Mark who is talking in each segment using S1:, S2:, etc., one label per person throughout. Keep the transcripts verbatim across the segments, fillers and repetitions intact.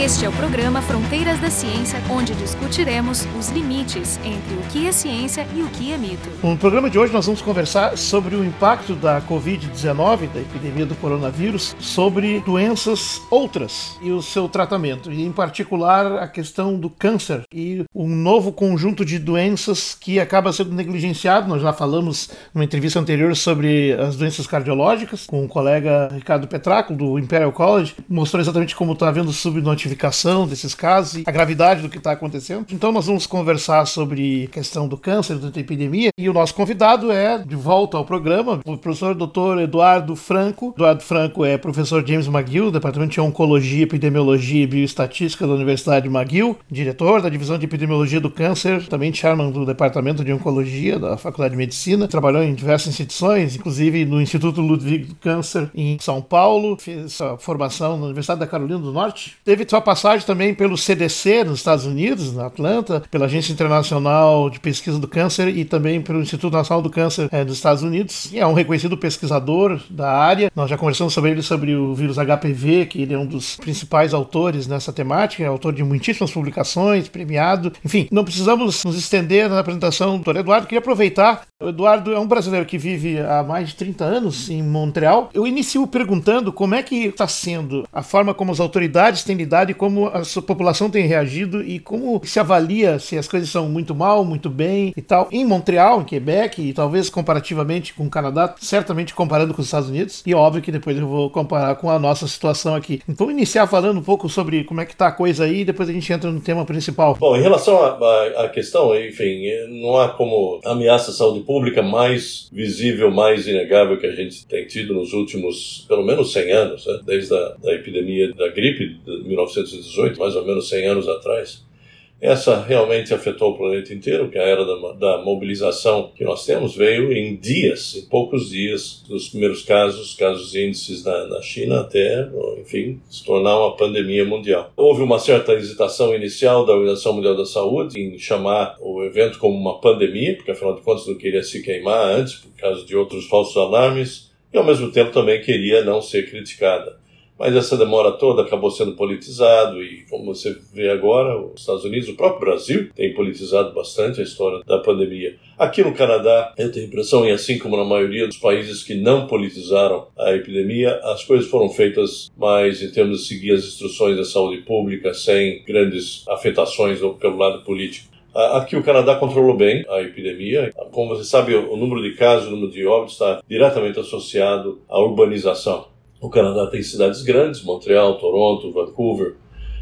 S1: Este é o programa Fronteiras da Ciência, onde discutiremos os limites entre o que é ciência e o que é mito.
S2: No programa de hoje nós vamos conversar sobre o impacto da covid dezenove, da epidemia do coronavírus, sobre doenças outras e o seu tratamento, e em particular a questão do câncer e um novo conjunto de doenças que acaba sendo negligenciado. Nós já falamos numa entrevista anterior sobre as doenças cardiológicas com o colega Ricardo Petracco do Imperial College, mostrou exatamente como está havendo subnotificação desses casos e a gravidade do que está acontecendo. Então nós vamos conversar sobre a questão do câncer, da epidemia, e o nosso convidado é, de volta ao programa, o professor doutor Eduardo Franco. Eduardo Franco é professor James McGill, do Departamento de Oncologia, Epidemiologia e Bioestatística da Universidade McGill, diretor da Divisão de Epidemiologia do Câncer, também chairman do Departamento de Oncologia da Faculdade de Medicina, trabalhou em diversas instituições, inclusive no Instituto Ludwig do Câncer em São Paulo, fez sua formação na Universidade da Carolina do Norte, teve sua passagem também pelo C D C nos Estados Unidos, na Atlanta, pela Agência Internacional de Pesquisa do Câncer e também pelo Instituto Nacional do Câncer é, dos Estados Unidos, e é um reconhecido pesquisador da área. Nós já conversamos sobre ele, sobre o vírus H P V, que ele é um dos principais autores nessa temática, é autor de muitíssimas publicações, premiado. Enfim, não precisamos nos estender na apresentação do doutor Eduardo. Queria aproveitar, o Eduardo é um brasileiro que vive há mais de trinta anos em Montreal. Eu inicio perguntando como é que está sendo a forma como as autoridades têm lidado e como a sua população tem reagido e como se avalia se as coisas são muito mal, muito bem e tal. Em Montreal, em Quebec, e talvez comparativamente com o Canadá, certamente comparando com os Estados Unidos, e óbvio que depois eu vou comparar com a nossa situação aqui. Então, vamos iniciar falando um pouco sobre como é que está a coisa aí e depois a gente entra no tema principal.
S3: Bom, em relação à questão, enfim, não há como ameaça à saúde pública mais visível, mais inegável que a gente tem tido nos últimos, pelo menos cem anos, né? Desde a da epidemia da gripe de mil novecentos e dezoito, mais ou menos cem anos atrás. Essa realmente afetou o planeta inteiro, que a era da, da mobilização que nós temos veio em dias, em poucos dias, dos primeiros casos, casos índices na, na China, até, enfim, se tornar uma pandemia mundial. Houve uma certa hesitação inicial da Organização Mundial da Saúde em chamar o evento como uma pandemia, porque afinal de contas não queria se queimar antes, por causa de outros falsos alarmes, e ao mesmo tempo também queria não ser criticada. Mas essa demora toda acabou sendo politizado e, como você vê agora, os Estados Unidos, o próprio Brasil, tem politizado bastante a história da pandemia. Aqui no Canadá, eu tenho a impressão, e assim como na maioria dos países que não politizaram a epidemia, as coisas foram feitas mais em termos de seguir as instruções da saúde pública, sem grandes afetações pelo lado político. Aqui o Canadá controlou bem a epidemia. Como você sabe, o número de casos, o número de óbitos está diretamente associado à urbanização. O Canadá tem cidades grandes, Montreal, Toronto, Vancouver,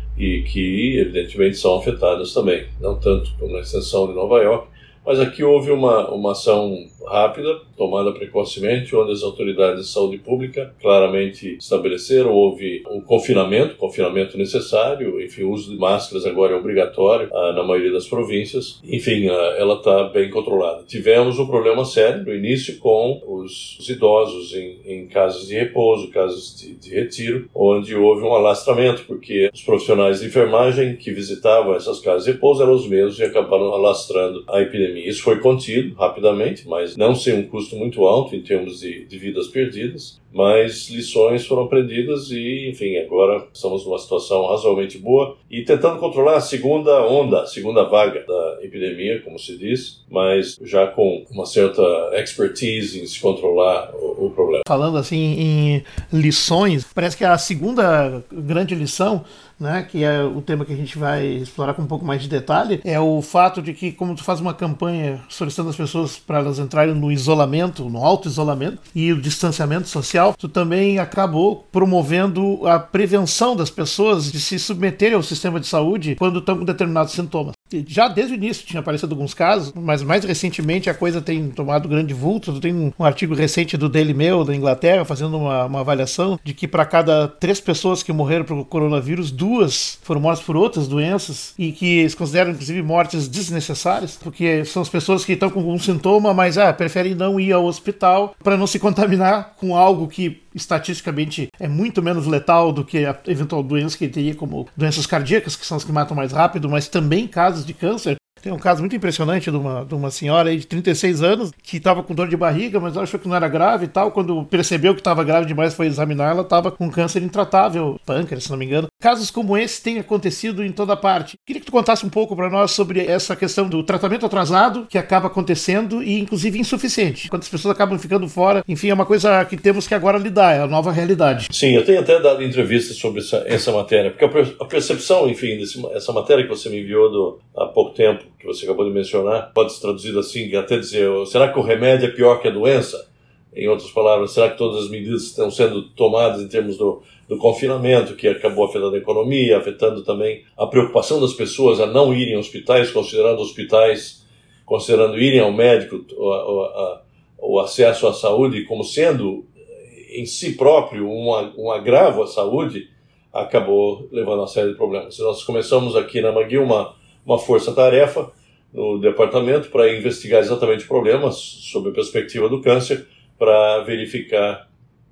S3: e que evidentemente são afetadas também, não tanto como na extensão de Nova York, mas aqui houve uma, uma ação rápida, tomada precocemente, onde as autoridades de saúde pública claramente estabeleceram, houve um confinamento, confinamento necessário, enfim, o uso de máscaras agora é obrigatório ah, na maioria das províncias, enfim, ah, ela está bem controlada. Tivemos um problema sério no início com os, os idosos em, em casas de repouso, casas de, de retiro, onde houve um alastramento, porque os profissionais de enfermagem que visitavam essas casas de repouso eram os mesmos e acabaram alastrando a epidemia. Isso foi contido rapidamente, mas não sem um custo muito alto em termos de, de vidas perdidas, mas lições foram aprendidas e, enfim, agora estamos numa situação razoavelmente boa e tentando controlar a segunda onda, a segunda vaga da epidemia, como se diz, mas já com uma certa expertise em se controlar o, o problema.
S2: Falando assim em lições, parece que a segunda grande lição, né, que é o tema que a gente vai explorar com um pouco mais de detalhe, é o fato de que, como tu faz uma campanha solicitando as pessoas para elas entrarem no isolamento, no auto-isolamento e o distanciamento social, tu também acabou promovendo a prevenção das pessoas de se submeterem ao sistema de saúde quando estão com determinados sintomas. Já desde o início tinha aparecido alguns casos, mas mais recentemente a coisa tem tomado grande vulto. Tem um, um artigo recente do Daily Mail da Inglaterra fazendo uma, uma avaliação de que para cada três pessoas que morreram pelo coronavírus, duas foram mortas por outras doenças e que eles consideram inclusive mortes desnecessárias, porque são as pessoas que estão com um sintoma, mas ah, preferem não ir ao hospital para não se contaminar com algo que estatisticamente é muito menos letal do que a eventual doença que teria, como doenças cardíacas, que são as que matam mais rápido, mas também casos de câncer. Tem um caso muito impressionante de uma, de uma senhora aí de trinta e seis anos que estava com dor de barriga, mas ela achou que não era grave e tal. Quando percebeu que estava grave demais, foi examinar, ela estava com câncer intratável, pâncreas, se não me engano. Casos como esse têm acontecido em toda parte. Queria que tu contasse um pouco para nós sobre essa questão do tratamento atrasado que acaba acontecendo e, inclusive, insuficiente. Quando as pessoas acabam ficando fora, enfim, é uma coisa que temos que agora lidar, é a nova realidade.
S3: Sim, eu tenho até dado entrevistas sobre essa, essa matéria, porque a percepção, enfim, desse, essa matéria que você me enviou do, há pouco tempo, que você acabou de mencionar, pode ser traduzido assim, até dizer, será que o remédio é pior que a doença? Em outras palavras, será que todas as medidas estão sendo tomadas em termos do, do confinamento, que acabou afetando a economia, afetando também a preocupação das pessoas a não irem a hospitais, considerando hospitais, considerando irem ao médico, o, a, o acesso à saúde como sendo em si próprio um, um agravo à saúde, acabou levando a série de problemas. Nós começamos aqui na McGill uma, uma força-tarefa no departamento para investigar exatamente problemas sob a perspectiva do câncer, para verificar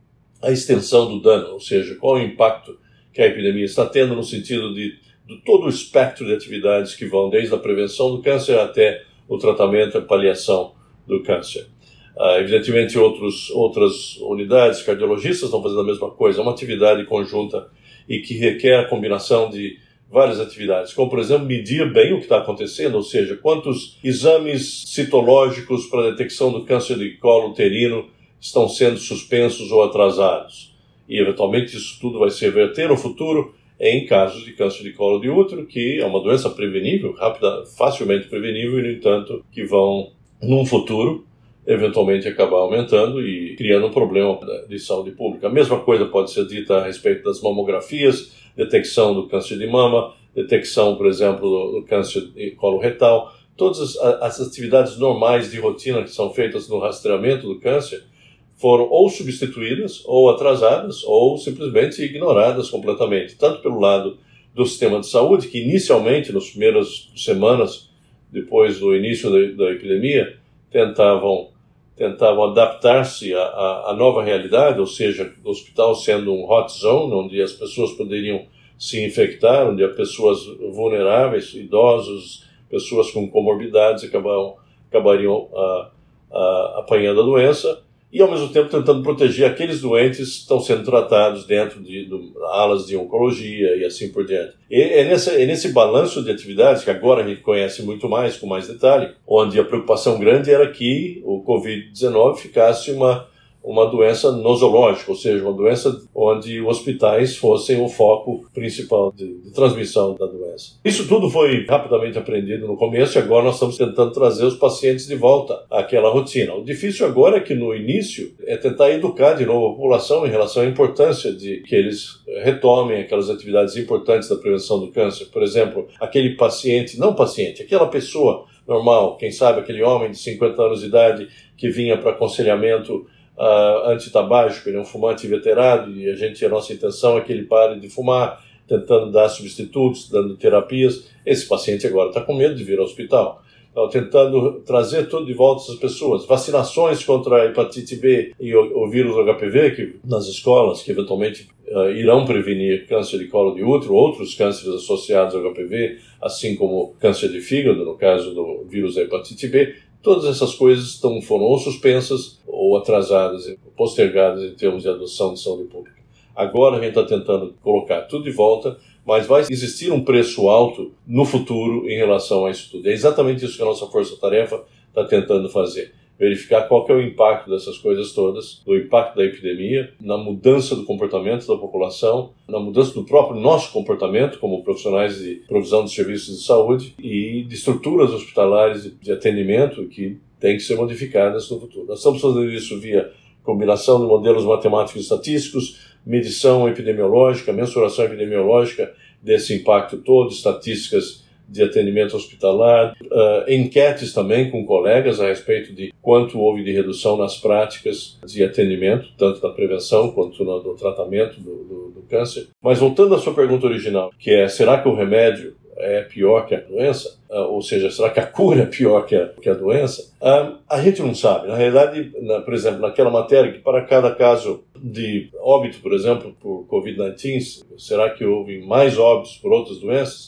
S3: a extensão do dano, ou seja, qual é o impacto que a epidemia está tendo no sentido de, de todo o espectro de atividades que vão desde a prevenção do câncer até o tratamento e a paliação do câncer. Uh, evidentemente, outros, outras unidades, cardiologistas estão fazendo a mesma coisa, é uma atividade conjunta e que requer a combinação de várias atividades, como, por exemplo, medir bem o que está acontecendo, ou seja, quantos exames citológicos para a detecção do câncer de colo uterino estão sendo suspensos ou atrasados. E, eventualmente, isso tudo vai se reverter no futuro em casos de câncer de colo de útero, que é uma doença prevenível, rápida, facilmente prevenível, e, no entanto, que vão, num futuro, eventualmente acabar aumentando e criando um problema de saúde pública. A mesma coisa pode ser dita a respeito das mamografias, detecção do câncer de mama, detecção, por exemplo, do, do câncer de colo retal. Todas as, as atividades normais de rotina que são feitas no rastreamento do câncer foram ou substituídas, ou atrasadas, ou simplesmente ignoradas completamente, tanto pelo lado do sistema de saúde, que inicialmente, nas primeiras semanas depois do início da, da epidemia, tentavam tentavam adaptar-se à, à, à nova realidade, ou seja, o hospital sendo um hot zone, onde as pessoas poderiam se infectar, onde há pessoas vulneráveis, idosos, pessoas com comorbidades acabam, acabariam uh, uh, apanhando a doença, e ao mesmo tempo tentando proteger aqueles doentes que estão sendo tratados dentro de, de alas de oncologia e assim por diante. E é nesse, é nesse balanço de atividades, que agora a gente conhece muito mais, com mais detalhe, onde a preocupação grande era que o covid dezenove ficasse uma, uma doença nosológica, ou seja, uma doença onde hospitais fossem o foco principal de, de transmissão da doença. Isso tudo foi rapidamente aprendido no começo e agora nós estamos tentando trazer os pacientes de volta àquela rotina. O difícil agora é que no início é tentar educar de novo a população em relação à importância de que eles retomem aquelas atividades importantes da prevenção do câncer. Por exemplo, aquele paciente, não paciente, aquela pessoa normal, quem sabe aquele homem de cinquenta anos de idade que vinha para aconselhamento Uh, antitabágico, ele é um fumante inveterado e a gente, a nossa intenção é que ele pare de fumar, tentando dar substitutos, dando terapias. Esse paciente agora está com medo de vir ao hospital. Então, tentando trazer tudo de volta essas pessoas. Vacinações contra a hepatite B e o, o vírus H P V, que nas escolas, que eventualmente uh, irão prevenir câncer de colo de útero, outros cânceres associados ao H P V, assim como câncer de fígado, no caso do vírus da hepatite B. Todas essas coisas estão, foram ou suspensas ou atrasadas, postergadas em termos de adoção de saúde pública. Agora a gente está tentando colocar tudo de volta, mas vai existir um preço alto no futuro em relação a isso tudo. É exatamente isso que a nossa força-tarefa está tentando fazer. Verificar qual que é o impacto dessas coisas todas, do impacto da epidemia, na mudança do comportamento da população, na mudança do próprio nosso comportamento como profissionais de provisão de serviços de saúde e de estruturas hospitalares de, de atendimento que têm que ser modificadas no futuro. Nós estamos fazendo isso via combinação de modelos matemáticos e estatísticos, medição epidemiológica, mensuração epidemiológica desse impacto todo, estatísticas de atendimento hospitalar, uh, enquetes também com colegas a respeito de quanto houve de redução nas práticas de atendimento, tanto na prevenção quanto no, no tratamento do, do, do câncer. Mas voltando à sua pergunta original, que é, será que o remédio é pior que a doença? Uh, ou seja, será que a cura é pior que a, que a doença? Uh, a gente não sabe. Na realidade, na, por exemplo, naquela matéria que para cada caso de óbito, por exemplo, por covid dezenove, será que houve mais óbitos por outras doenças?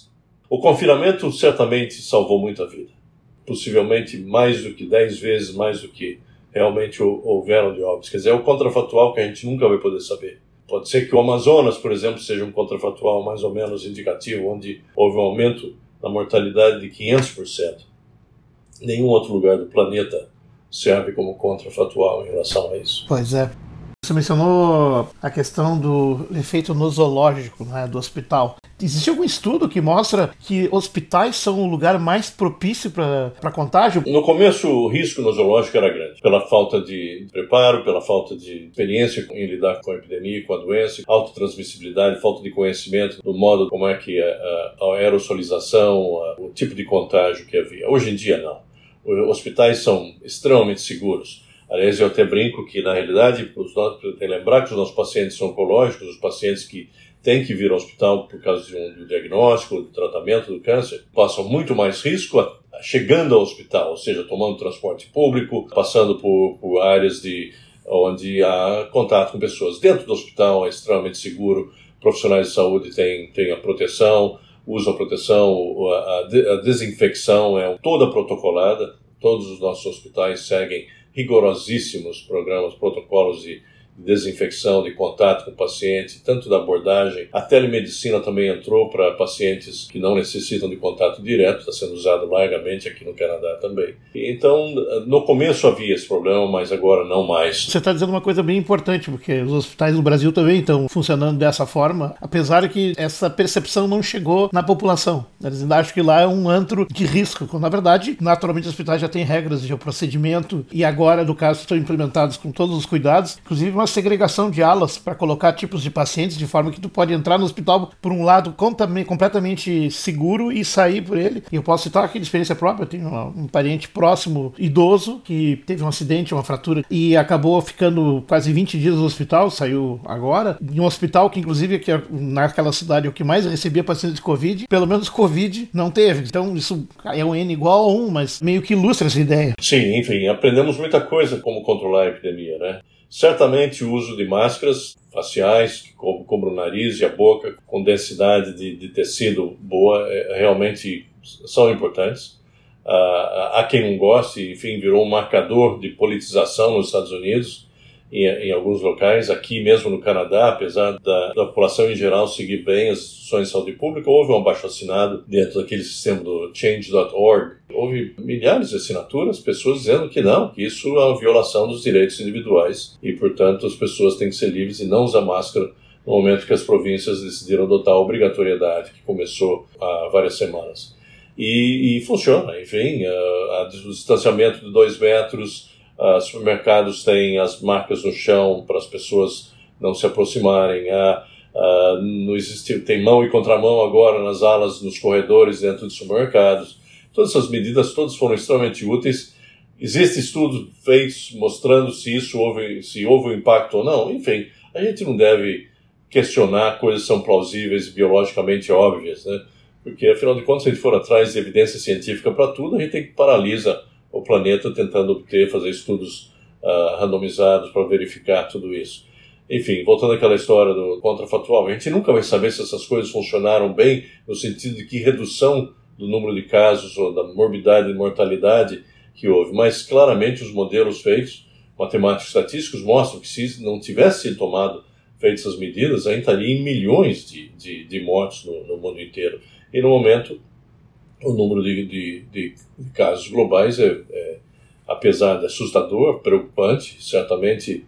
S3: O confinamento certamente salvou muita vida. Possivelmente mais do que dez vezes mais do que realmente houveram de óbitos. Quer dizer, é o contrafatual que a gente nunca vai poder saber. Pode ser que o Amazonas, por exemplo, seja um contrafatual mais ou menos indicativo, onde houve um aumento na mortalidade de quinhentos por cento. Nenhum outro lugar do planeta serve como contrafatual em relação a isso.
S2: Pois é. Você mencionou a questão do efeito nosológico, né, do hospital. Existe algum estudo que mostra que hospitais são o lugar mais propício para contágio?
S3: No começo, o risco nosológico era grande, pela falta de preparo, pela falta de experiência em lidar com a epidemia, com a doença, alta transmissibilidade, falta de conhecimento do modo como é que a, a aerosolização, a, o tipo de contágio que havia. Hoje em dia, não. Os hospitais são extremamente seguros. Aliás, eu até brinco que, na realidade, os nossos, tem que lembrar que os nossos pacientes oncológicos, os pacientes que têm que vir ao hospital por causa de um, de um diagnóstico, do tratamento do câncer, passam muito mais risco a, a chegando ao hospital, ou seja, tomando transporte público, passando por, por áreas de, onde há contato com pessoas. Dentro do hospital é extremamente seguro, profissionais de saúde têm, têm a proteção, usam a proteção, a, a desinfecção é toda protocolada, todos os nossos hospitais seguem rigorosíssimos programas, protocolos de desinfecção, de contato com o paciente, tanto da abordagem. A telemedicina também entrou para pacientes que não necessitam de contato direto, está sendo usado largamente aqui no Canadá também. Então, no começo havia esse problema, mas agora não mais.
S2: Você está dizendo uma coisa bem importante, porque os hospitais no Brasil também estão funcionando dessa forma, apesar de que essa percepção não chegou na população. Eles ainda acham que lá é um antro de risco, quando na verdade, naturalmente, os hospitais já têm regras de procedimento e agora, no caso, estão implementados com todos os cuidados, inclusive uma segregação de alas para colocar tipos de pacientes, de forma que tu pode entrar no hospital por um lado completamente seguro e sair por ele. E eu posso citar aqui de experiência própria, eu tenho um parente próximo, idoso, que teve um acidente, uma fratura, e acabou ficando quase vinte dias no hospital, saiu agora, em um hospital que inclusive que naquela cidade é o que mais recebia pacientes de Covid, pelo menos Covid não teve. Então isso é um N igual a um, mas meio que ilustra essa ideia.
S3: Sim, enfim, aprendemos muita coisa como controlar a epidemia, né? Certamente o uso de máscaras faciais, que cobrem o nariz e a boca, com densidade de, de tecido boa, é, realmente são importantes. Ah, há quem não goste, enfim, virou um marcador de politização nos Estados Unidos, em, em alguns locais. Aqui mesmo no Canadá, apesar da, da população em geral seguir bem as instituições de saúde pública, houve um abaixo-assinado dentro daquele sistema do change ponto org. Houve milhares de assinaturas, pessoas dizendo que não, que isso é uma violação dos direitos individuais e, portanto, as pessoas têm que ser livres e não usar máscara no momento que as províncias decidiram adotar a obrigatoriedade, que começou há várias semanas. E, e funciona, enfim, uh, o distanciamento de dois metros, uh, supermercados têm as marcas no chão para as pessoas não se aproximarem, uh, uh, não existe, tem mão e contramão agora nas alas, nos corredores dentro de supermercados. Todas essas medidas todas foram extremamente úteis. Existem estudos feitos mostrando se isso houve, se houve um impacto ou não. Enfim, a gente não deve questionar coisas que são plausíveis e biologicamente óbvias, né? Porque, afinal de contas, se a gente for atrás de evidência científica para tudo, a gente tem que paralisar o planeta tentando obter, fazer estudos uh, randomizados para verificar tudo isso. Enfim, voltando àquela história do contrafatual, a gente nunca vai saber se essas coisas funcionaram bem, no sentido de que redução do número de casos ou da morbidade e mortalidade que houve, mas claramente os modelos feitos, matemáticos e estatísticos, mostram que se não tivesse sido tomado, feitas essas medidas, a gente estaria em milhões de, de, de mortes no, no mundo inteiro. E no momento, o número de, de, de casos globais é, é, apesar de assustador, preocupante, certamente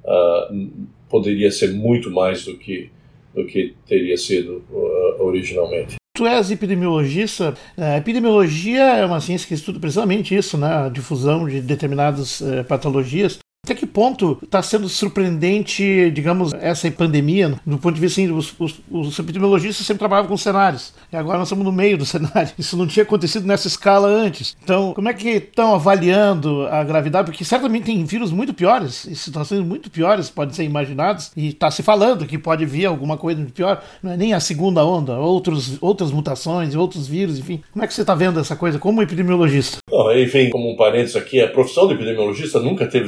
S3: uh, poderia ser muito mais do que, do que teria sido uh, originalmente.
S2: Tu és epidemiologista. A epidemiologia é uma ciência que estuda precisamente isso, né? A difusão de determinadas uh, patologias. Até que ponto está sendo surpreendente, digamos, essa pandemia, do ponto de vista, assim, os, os, os epidemiologistas sempre trabalhavam com cenários, e agora nós estamos no meio do cenário. Isso não tinha acontecido nessa escala antes. Então, como é que estão avaliando a gravidade? Porque certamente tem vírus muito piores, e situações muito piores podem ser imaginadas, e está se falando que pode vir alguma coisa de pior, não é nem a segunda onda, outros, outras mutações, outros vírus, enfim. Como é que você está vendo essa coisa como epidemiologista?
S3: Oh, enfim, como um parênteses aqui, a profissão de epidemiologista nunca teve tão visível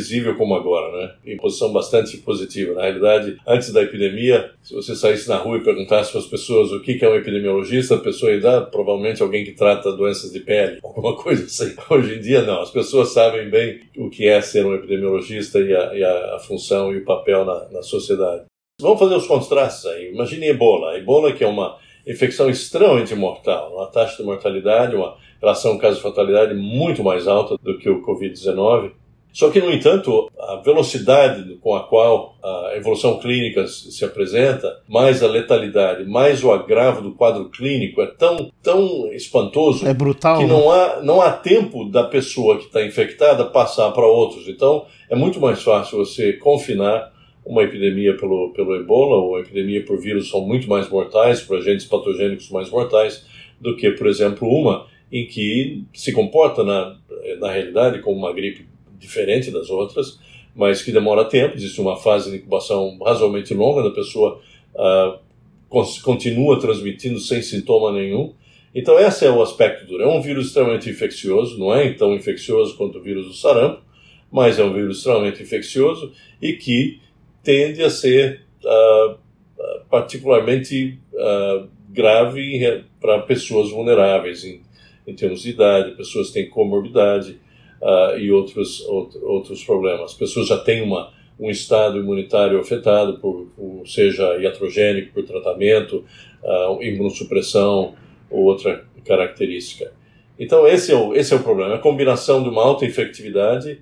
S3: previsível como agora, né? Em posição bastante positiva. Na realidade, antes da epidemia, se você saísse na rua e perguntasse para as pessoas o que é um epidemiologista, a pessoa ia dar provavelmente alguém que trata doenças de pele, alguma coisa assim. Hoje em dia, não. As pessoas sabem bem o que é ser um epidemiologista e a, e a, a função e o papel na, na sociedade. Vamos fazer os contrastes aí. Imagine Ebola. A Ebola, que é uma infecção extremamente mortal, uma taxa de mortalidade, uma relação caso-fatalidade muito mais alta do que o covid dezenove. Só que, no entanto, a velocidade com a qual a evolução clínica se apresenta, mais a letalidade, mais o agravo do quadro clínico é tão, tão espantoso
S2: é brutal,
S3: que
S2: né?
S3: não há, não há tempo da pessoa que está infectada passar para outros. Então, é muito mais fácil você confinar uma epidemia pelo, pelo ebola ou uma epidemia por vírus são muito mais mortais, por agentes patogênicos mais mortais, do que, por exemplo, uma em que se comporta, na, na realidade, como uma gripe diferente das outras, mas que demora tempo, existe uma fase de incubação razoavelmente longa, da pessoa uh, continua transmitindo sem sintoma nenhum. Então esse é o aspecto duro. É um vírus extremamente infeccioso, não é tão infeccioso quanto o vírus do sarampo, mas é um vírus extremamente infeccioso e que tende a ser uh, particularmente uh, grave para pessoas vulneráveis em, em termos de idade, pessoas que têm comorbidade uh, e outros, outro, outros problemas. As pessoas já têm uma, um estado imunitário afetado, por, por, seja iatrogênico, por tratamento, uh, imunossupressão ou outra característica. Então esse é o, esse é o problema, a combinação de uma alta infectividade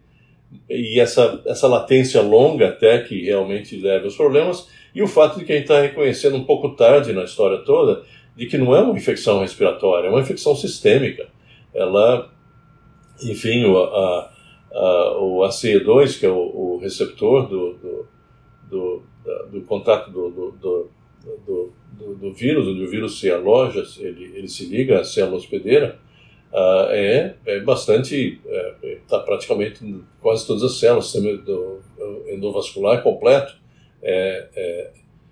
S3: e essa, essa latência longa até que realmente leva aos problemas, e o fato de que a gente está reconhecendo um pouco tarde na história toda de que não é uma infecção respiratória, é uma infecção sistêmica. Ela, enfim, o, a, a, o A C E dois, que é o, o receptor do, do, do, do contato do, do, do, do, do, do vírus, onde o vírus se aloja, ele, ele se liga à célula hospedeira, Uh, é, é bastante, está é, praticamente em quase todas as células, sistema do, do endovascular completo. É, é,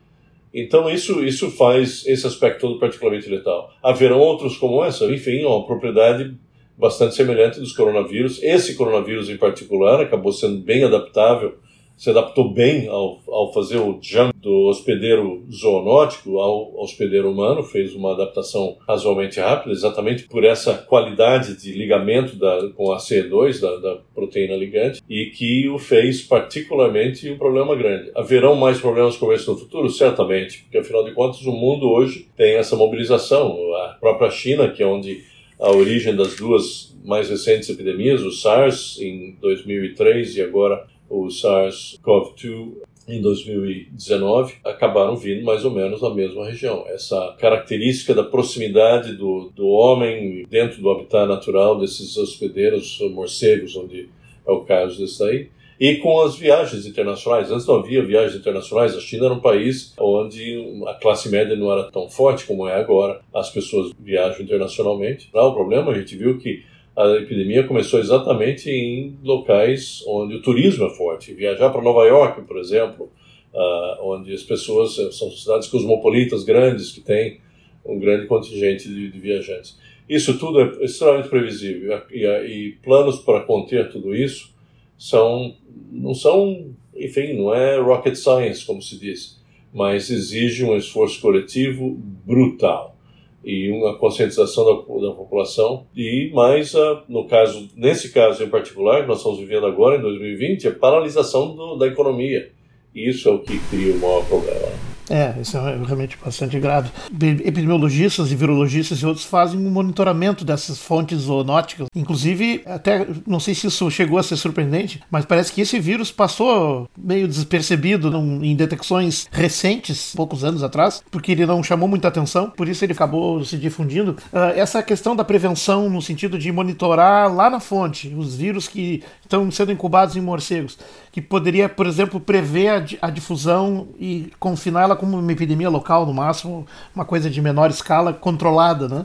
S3: então isso, isso faz esse aspecto todo particularmente letal. Haverão outros como essa, enfim, uma propriedade bastante semelhante dos coronavírus. Esse coronavírus em particular acabou sendo bem adaptável, se adaptou bem ao, ao fazer o jump do hospedeiro zoonótico ao hospedeiro humano, fez uma adaptação razoavelmente rápida, exatamente por essa qualidade de ligamento da, com a A C E dois, da, da proteína ligante, e que o fez particularmente um problema grande. Haverão mais problemas como esse no futuro? Certamente, porque afinal de contas o mundo hoje tem essa mobilização. A própria China, que é onde a origem das duas mais recentes epidemias, o SARS em dois mil e três e agora o SARS-CoV dois em dois mil e dezenove, acabaram vindo mais ou menos da mesma região. Essa característica da proximidade do, do homem dentro do habitat natural desses hospedeiros morcegos, onde é o caso desse daí, e com as viagens internacionais. Antes não havia viagens internacionais, a China era um país onde a classe média não era tão forte como é agora, as pessoas viajam internacionalmente. Não, o problema, a gente viu que a epidemia começou exatamente em locais onde o turismo é forte. Viajar para Nova York, por exemplo, uh, onde as pessoas são cidades cosmopolitas grandes, que têm um grande contingente de, de viajantes. Isso tudo é extremamente previsível. E, e planos para conter tudo isso são, não são, enfim, não é rocket science, como se diz, mas exige um esforço coletivo brutal e uma conscientização da, da população, e mais, uh, no caso, nesse caso em particular, que nós estamos vivendo agora, em dois mil e vinte, a paralisação do, da economia. E isso é o que cria o maior problema.
S2: É, isso é realmente bastante grave. Epidemiologistas e virologistas e outros fazem um monitoramento dessas fontes zoonóticas. Inclusive, até não sei se isso chegou a ser surpreendente, mas parece que esse vírus passou meio despercebido num, em detecções recentes, poucos anos atrás, porque ele não chamou muita atenção, por isso ele acabou se difundindo. Uh, essa questão da prevenção no sentido de monitorar lá na fonte os vírus que estão sendo incubados em morcegos, que poderia, por exemplo, prever a, a difusão e confiná-la como uma epidemia local, no máximo, uma coisa de menor escala, controlada, né?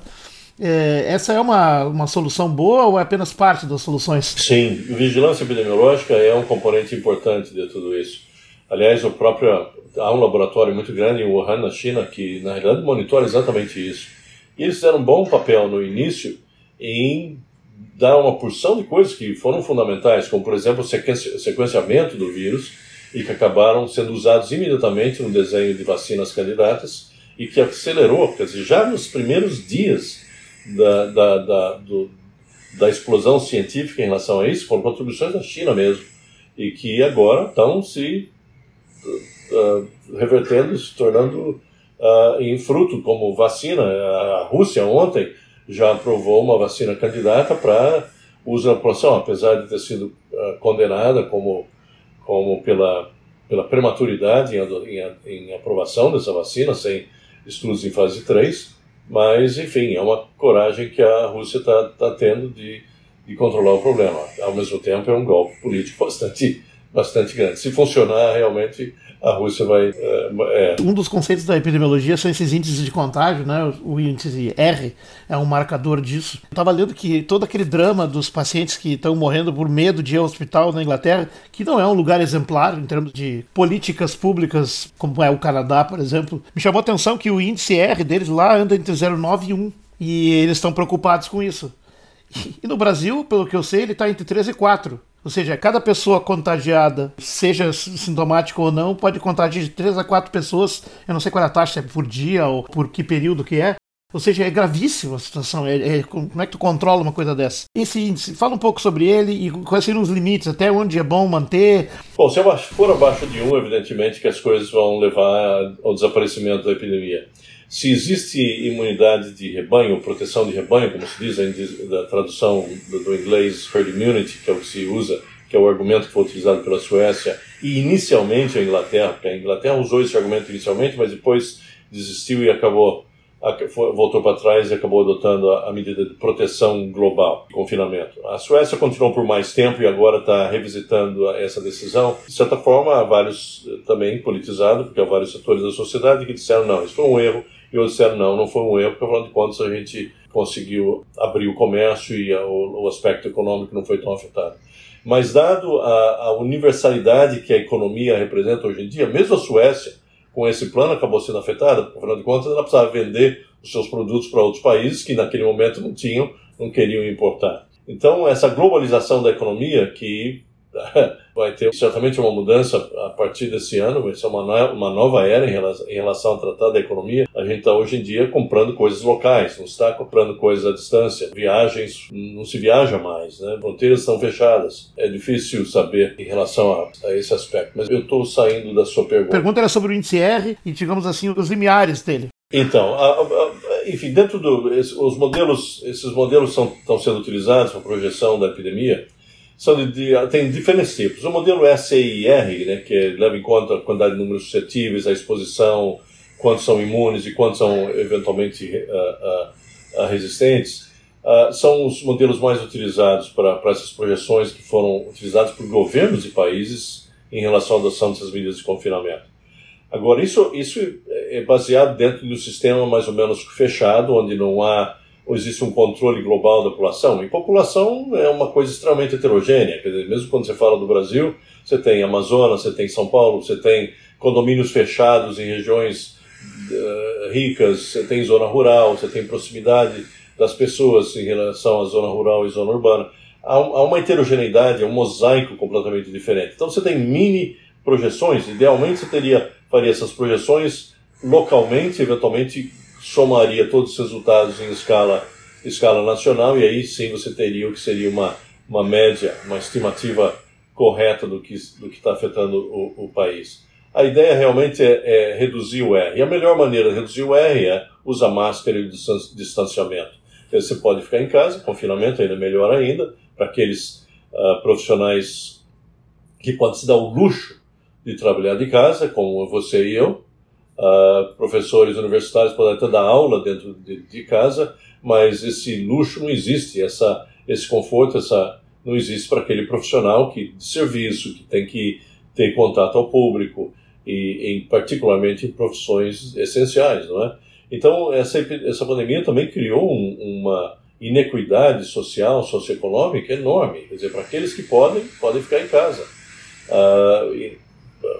S2: É, essa é uma, uma solução boa ou é apenas parte das soluções?
S3: Sim, vigilância epidemiológica é um componente importante de tudo isso. Aliás, o próprio, há um laboratório muito grande em Wuhan, na China, que na realidade monitora exatamente isso. E eles fizeram um bom papel no início em dá uma porção de coisas que foram fundamentais, como, por exemplo, o sequenciamento do vírus, e que acabaram sendo usados imediatamente no desenho de vacinas candidatas, e que acelerou, quer dizer, já nos primeiros dias da, da, da, do, da explosão científica em relação a isso, foram contribuições da China mesmo, e que agora estão se uh, revertendo, se tornando uh, em fruto como vacina. A Rússia ontem já aprovou uma vacina candidata para uso na população, apesar de ter sido uh, condenada como, como pela, pela prematuridade em, em, em aprovação dessa vacina, sem estudos em fase três, mas, enfim, é uma coragem que a Rússia está tá tendo de, de controlar o problema. Ao mesmo tempo, é um golpe político bastante, bastante grande. Se funcionar, realmente, a Rússia vai... É, é.
S2: Um dos conceitos da epidemiologia são esses índices de contágio, né? O índice R é um marcador disso. Eu estava lendo que todo aquele drama dos pacientes que estão morrendo por medo de ir ao hospital na Inglaterra, que não é um lugar exemplar em termos de políticas públicas, como é o Canadá, por exemplo, me chamou a atenção que o índice R deles lá anda entre zero vírgula nove e um, e eles estão preocupados com isso. E no Brasil, pelo que eu sei, ele está entre três e quatro. Ou seja, cada pessoa contagiada, seja sintomática ou não, pode contagiar de três a quatro pessoas. Eu não sei qual é a taxa, é por dia ou por que período que é. Ou seja, é gravíssima a situação. É, é, como é que tu controla uma coisa dessa? Esse índice, fala um pouco sobre ele e quais seriam os limites, até onde é bom manter.
S3: Bom, se for abaixo de um, evidentemente que as coisas vão levar ao desaparecimento da epidemia. Se existe imunidade de rebanho, proteção de rebanho, como se diz da tradução do, do inglês herd immunity, que é o que se usa, que é o argumento que foi utilizado pela Suécia e inicialmente a Inglaterra, porque a Inglaterra usou esse argumento inicialmente, mas depois desistiu e acabou, voltou para trás e acabou adotando a, a medida de proteção global, confinamento. A Suécia continuou por mais tempo e agora está revisitando essa decisão. De certa forma, há vários também politizados, porque há vários setores da sociedade que disseram não, isso foi um erro. E outros disseram, não, não foi um erro, porque, afinal de contas, a gente conseguiu abrir o comércio e a, o, o aspecto econômico não foi tão afetado. Mas, dado a, a universalidade que a economia representa hoje em dia, mesmo a Suécia, com esse plano, acabou sendo afetada, porque, afinal de contas, ela precisava vender os seus produtos para outros países que, naquele momento, não tinham, não queriam importar. Então, essa globalização da economia, que vai ter certamente uma mudança a partir desse ano, vai ser uma, no- uma nova era em relação, em relação ao tratado da economia. A gente está hoje em dia comprando coisas locais, não está comprando coisas à distância. Viagens, não se viaja mais, né? Fronteiras estão fechadas. É difícil saber em relação a, a esse aspecto, mas eu estou saindo da sua pergunta.
S2: A pergunta era sobre o índice R e, digamos assim, os limiares dele.
S3: Então, a, a, a, enfim, dentro do... Esse, os modelos, esses modelos são, estão sendo utilizados para projeção da epidemia. São de, de, tem diferentes tipos. O modelo S I R, né, que leva em conta a quantidade de números suscetíveis, a exposição, quantos são imunes e quantos são eventualmente uh, uh, uh, resistentes, uh, são os modelos mais utilizados para essas projeções que foram utilizados por governos e países em relação à adoção dessas medidas de confinamento. Agora, isso, isso é baseado dentro de um sistema mais ou menos fechado, onde não há ou existe um controle global da população. E população é uma coisa extremamente heterogênea. Quer dizer, mesmo quando você fala do Brasil, você tem Amazonas, você tem São Paulo, você tem condomínios fechados em regiões uh, ricas, você tem zona rural, você tem proximidade das pessoas em relação à zona rural e zona urbana. Há, há uma heterogeneidade, é um mosaico completamente diferente. Então você tem mini projeções. Idealmente você teria, faria essas projeções localmente, eventualmente somaria todos os resultados em escala, escala nacional, e aí sim você teria o que seria uma, uma média, uma estimativa correta do que do que está afetando o, o país. A ideia realmente é, é reduzir o R. E a melhor maneira de reduzir o R é usar máscara e distanciamento. Você pode ficar em casa, confinamento ainda melhor ainda, para aqueles uh, profissionais que podem se dar o luxo de trabalhar de casa, como você e eu. Uh, professores universitários podem até dar aula dentro de, de casa, mas esse luxo não existe, essa, esse conforto essa, não existe para aquele profissional que, de serviço, que tem que ter contato ao público, e em, particularmente em profissões essenciais, não é? Então, essa, essa pandemia também criou um, uma inequidade social, socioeconômica enorme. Quer dizer, para aqueles que podem, podem ficar em casa. Uh, e,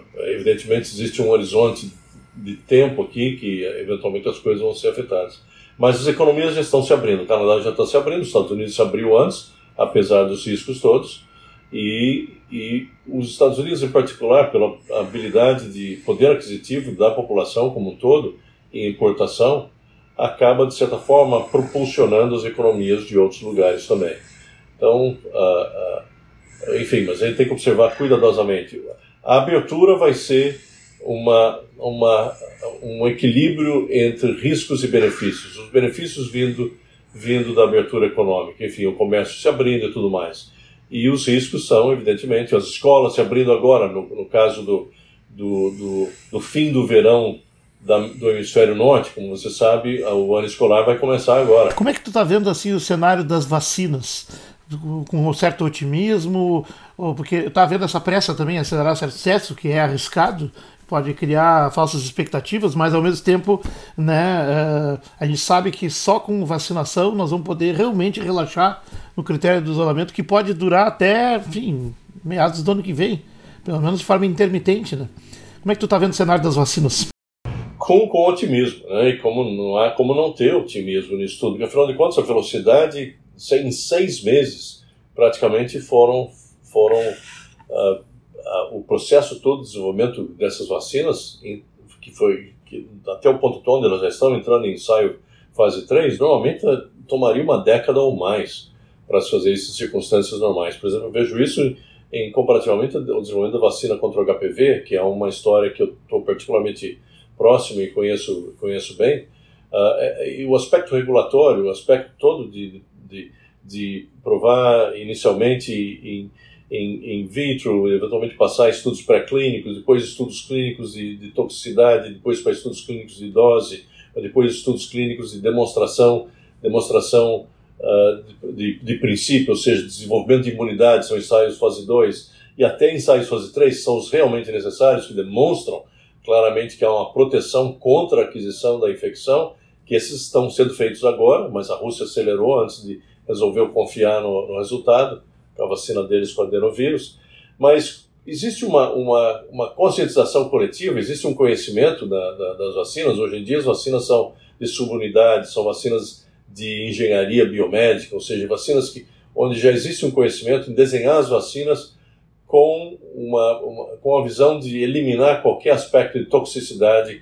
S3: evidentemente, existe um horizonte de tempo aqui que eventualmente as coisas vão ser afetadas. Mas as economias já estão se abrindo, o Canadá já está se abrindo, os Estados Unidos se abriu antes, apesar dos riscos todos, e, e os Estados Unidos em particular, pela habilidade de poder aquisitivo da população como um todo, e importação, acaba de certa forma propulsionando as economias de outros lugares também. Então, uh, uh, enfim, mas a gente tem que observar cuidadosamente. A abertura vai ser uma, uma, um equilíbrio entre riscos e benefícios. Os benefícios vindo, vindo da abertura econômica, enfim, o comércio se abrindo e tudo mais. E os riscos são, evidentemente, as escolas se abrindo agora, no, no caso do, do, do, do fim do verão da, do hemisfério norte, como você sabe, o ano escolar vai começar agora.
S2: Como é que tu está vendo assim, o cenário das vacinas? Com um certo otimismo? Ou porque está havendo essa pressa também, acelerar certo excesso, que é arriscado, pode criar falsas expectativas, mas ao mesmo tempo, né, a gente sabe que só com vacinação nós vamos poder realmente relaxar no critério do isolamento, que pode durar até, enfim, meados do ano que vem, pelo menos de forma intermitente, né? Como é que tu está vendo o cenário das vacinas?
S3: Com, com otimismo, né? E como não há como não ter otimismo nisso tudo, porque afinal de contas a velocidade em seis meses praticamente foram, foram uh, uh, o processo todo de desenvolvimento dessas vacinas, em, que foi que, até o ponto onde elas já estão entrando em ensaio fase três, normalmente tomaria uma década ou mais para se fazer isso em circunstâncias normais. Por exemplo, eu vejo isso em comparativamente ao desenvolvimento da vacina contra o H P V, que é uma história que eu estou particularmente próximo e conheço, conheço bem, uh, e o aspecto regulatório, o aspecto todo de, de, de provar inicialmente em, em, em vitro, eventualmente passar estudos pré-clínicos, depois estudos clínicos de, de toxicidade, depois para estudos clínicos de dose, depois estudos clínicos de demonstração, demonstração uh, de, de princípio, ou seja, desenvolvimento de imunidade, são ensaios fase dois, e até ensaios fase três são os realmente necessários, que demonstram claramente que há uma proteção contra a aquisição da infecção, que esses estão sendo feitos agora, mas a Rússia acelerou antes de resolveu confiar no, no resultado, a vacina deles com o adenovírus. Mas existe uma, uma, uma conscientização coletiva, existe um conhecimento da, da, das vacinas. Hoje em dia as vacinas são de subunidade, são vacinas de engenharia biomédica, ou seja, vacinas que, onde já existe um conhecimento em desenhar as vacinas com uma, uma, com a visão de eliminar qualquer aspecto de toxicidade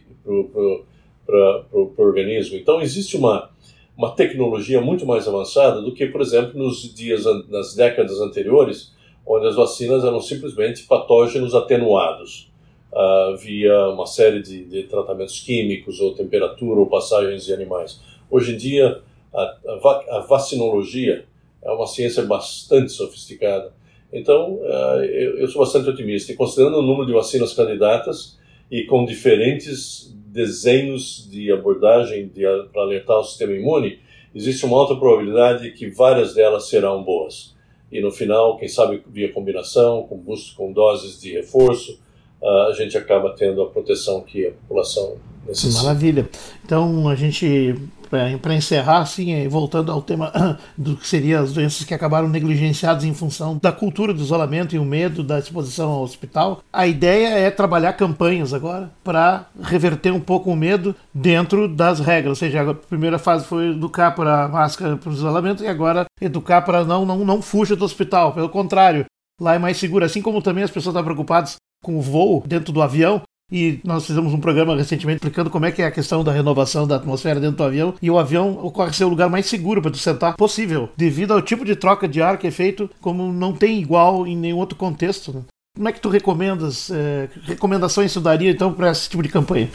S3: para o organismo. Então, existe uma, uma tecnologia muito mais avançada do que, por exemplo, nos dias, nas décadas anteriores, onde as vacinas eram simplesmente patógenos atenuados, uh, via uma série de, de tratamentos químicos, ou temperatura, ou passagens de animais. Hoje em dia, a, a, a vacinologia é uma ciência bastante sofisticada. Então, eu sou bastante otimista. E considerando o número de vacinas candidatas e com diferentes desenhos de abordagem para alertar o sistema imune, existe uma alta probabilidade que várias delas serão boas. E no final, quem sabe via combinação, com, boost, com doses de reforço, a gente acaba tendo a proteção que a população necessita.
S2: Maravilha. Então, a gente, para encerrar, assim, voltando ao tema do que seriam as doenças que acabaram negligenciadas em função da cultura do isolamento e o medo da exposição ao hospital, a ideia é trabalhar campanhas agora para reverter um pouco o medo dentro das regras. Ou seja, a primeira fase foi educar para a máscara, para o isolamento, e agora educar para não, não, não fuja do hospital. Pelo contrário, lá é mais seguro. Assim como também as pessoas estão preocupadas com o voo dentro do avião, e nós fizemos um programa recentemente explicando como é que é a questão da renovação da atmosfera dentro do avião, e o avião ocorre ser o lugar mais seguro para tu sentar possível, devido ao tipo de troca de ar que é feito, como não tem igual em nenhum outro contexto, né? Como é que tu recomendas, é, recomendações tu daria então para esse tipo de campanha?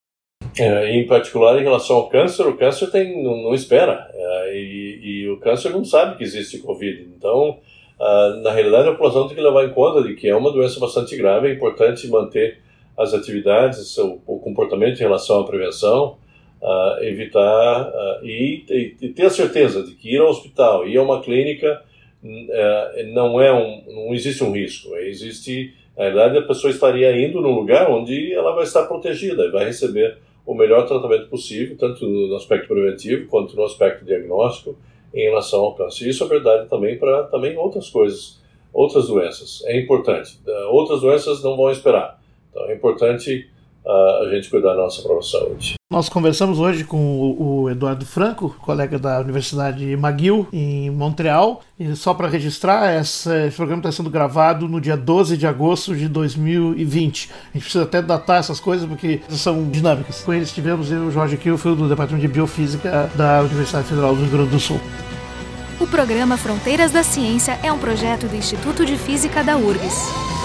S3: É, em particular em relação ao câncer, o câncer tem, não, não espera, é, e, e o câncer não sabe que existe Covid, então Uh, na realidade, a população tem que levar em conta de que é uma doença bastante grave, é importante manter as atividades, o, o comportamento em relação à prevenção, uh, evitar uh, e, e, e ter a certeza de que ir ao hospital, ir a uma clínica, uh, não, é um, não existe um risco. Existe, na realidade, a pessoa estaria indo num lugar onde ela vai estar protegida e vai receber o melhor tratamento possível, tanto no aspecto preventivo quanto no aspecto diagnóstico, em relação ao câncer. Isso é verdade também para também outras coisas, outras doenças. É importante. Outras doenças não vão esperar. Então é importante a, a gente cuidar da nossa própria saúde.
S2: Nós conversamos hoje com o, o Eduardo Franco, colega da Universidade McGill, em Montreal. E só para registrar, essa, esse programa está sendo gravado no dia doze de agosto de dois mil e vinte. A gente precisa até datar essas coisas porque são dinâmicas. Com eles tivemos eu e o Jorge Kielfeld, do Departamento de Biofísica da Universidade Federal do Rio Grande do Sul.
S1: O programa Fronteiras da Ciência é um projeto do Instituto de Física da U R G S.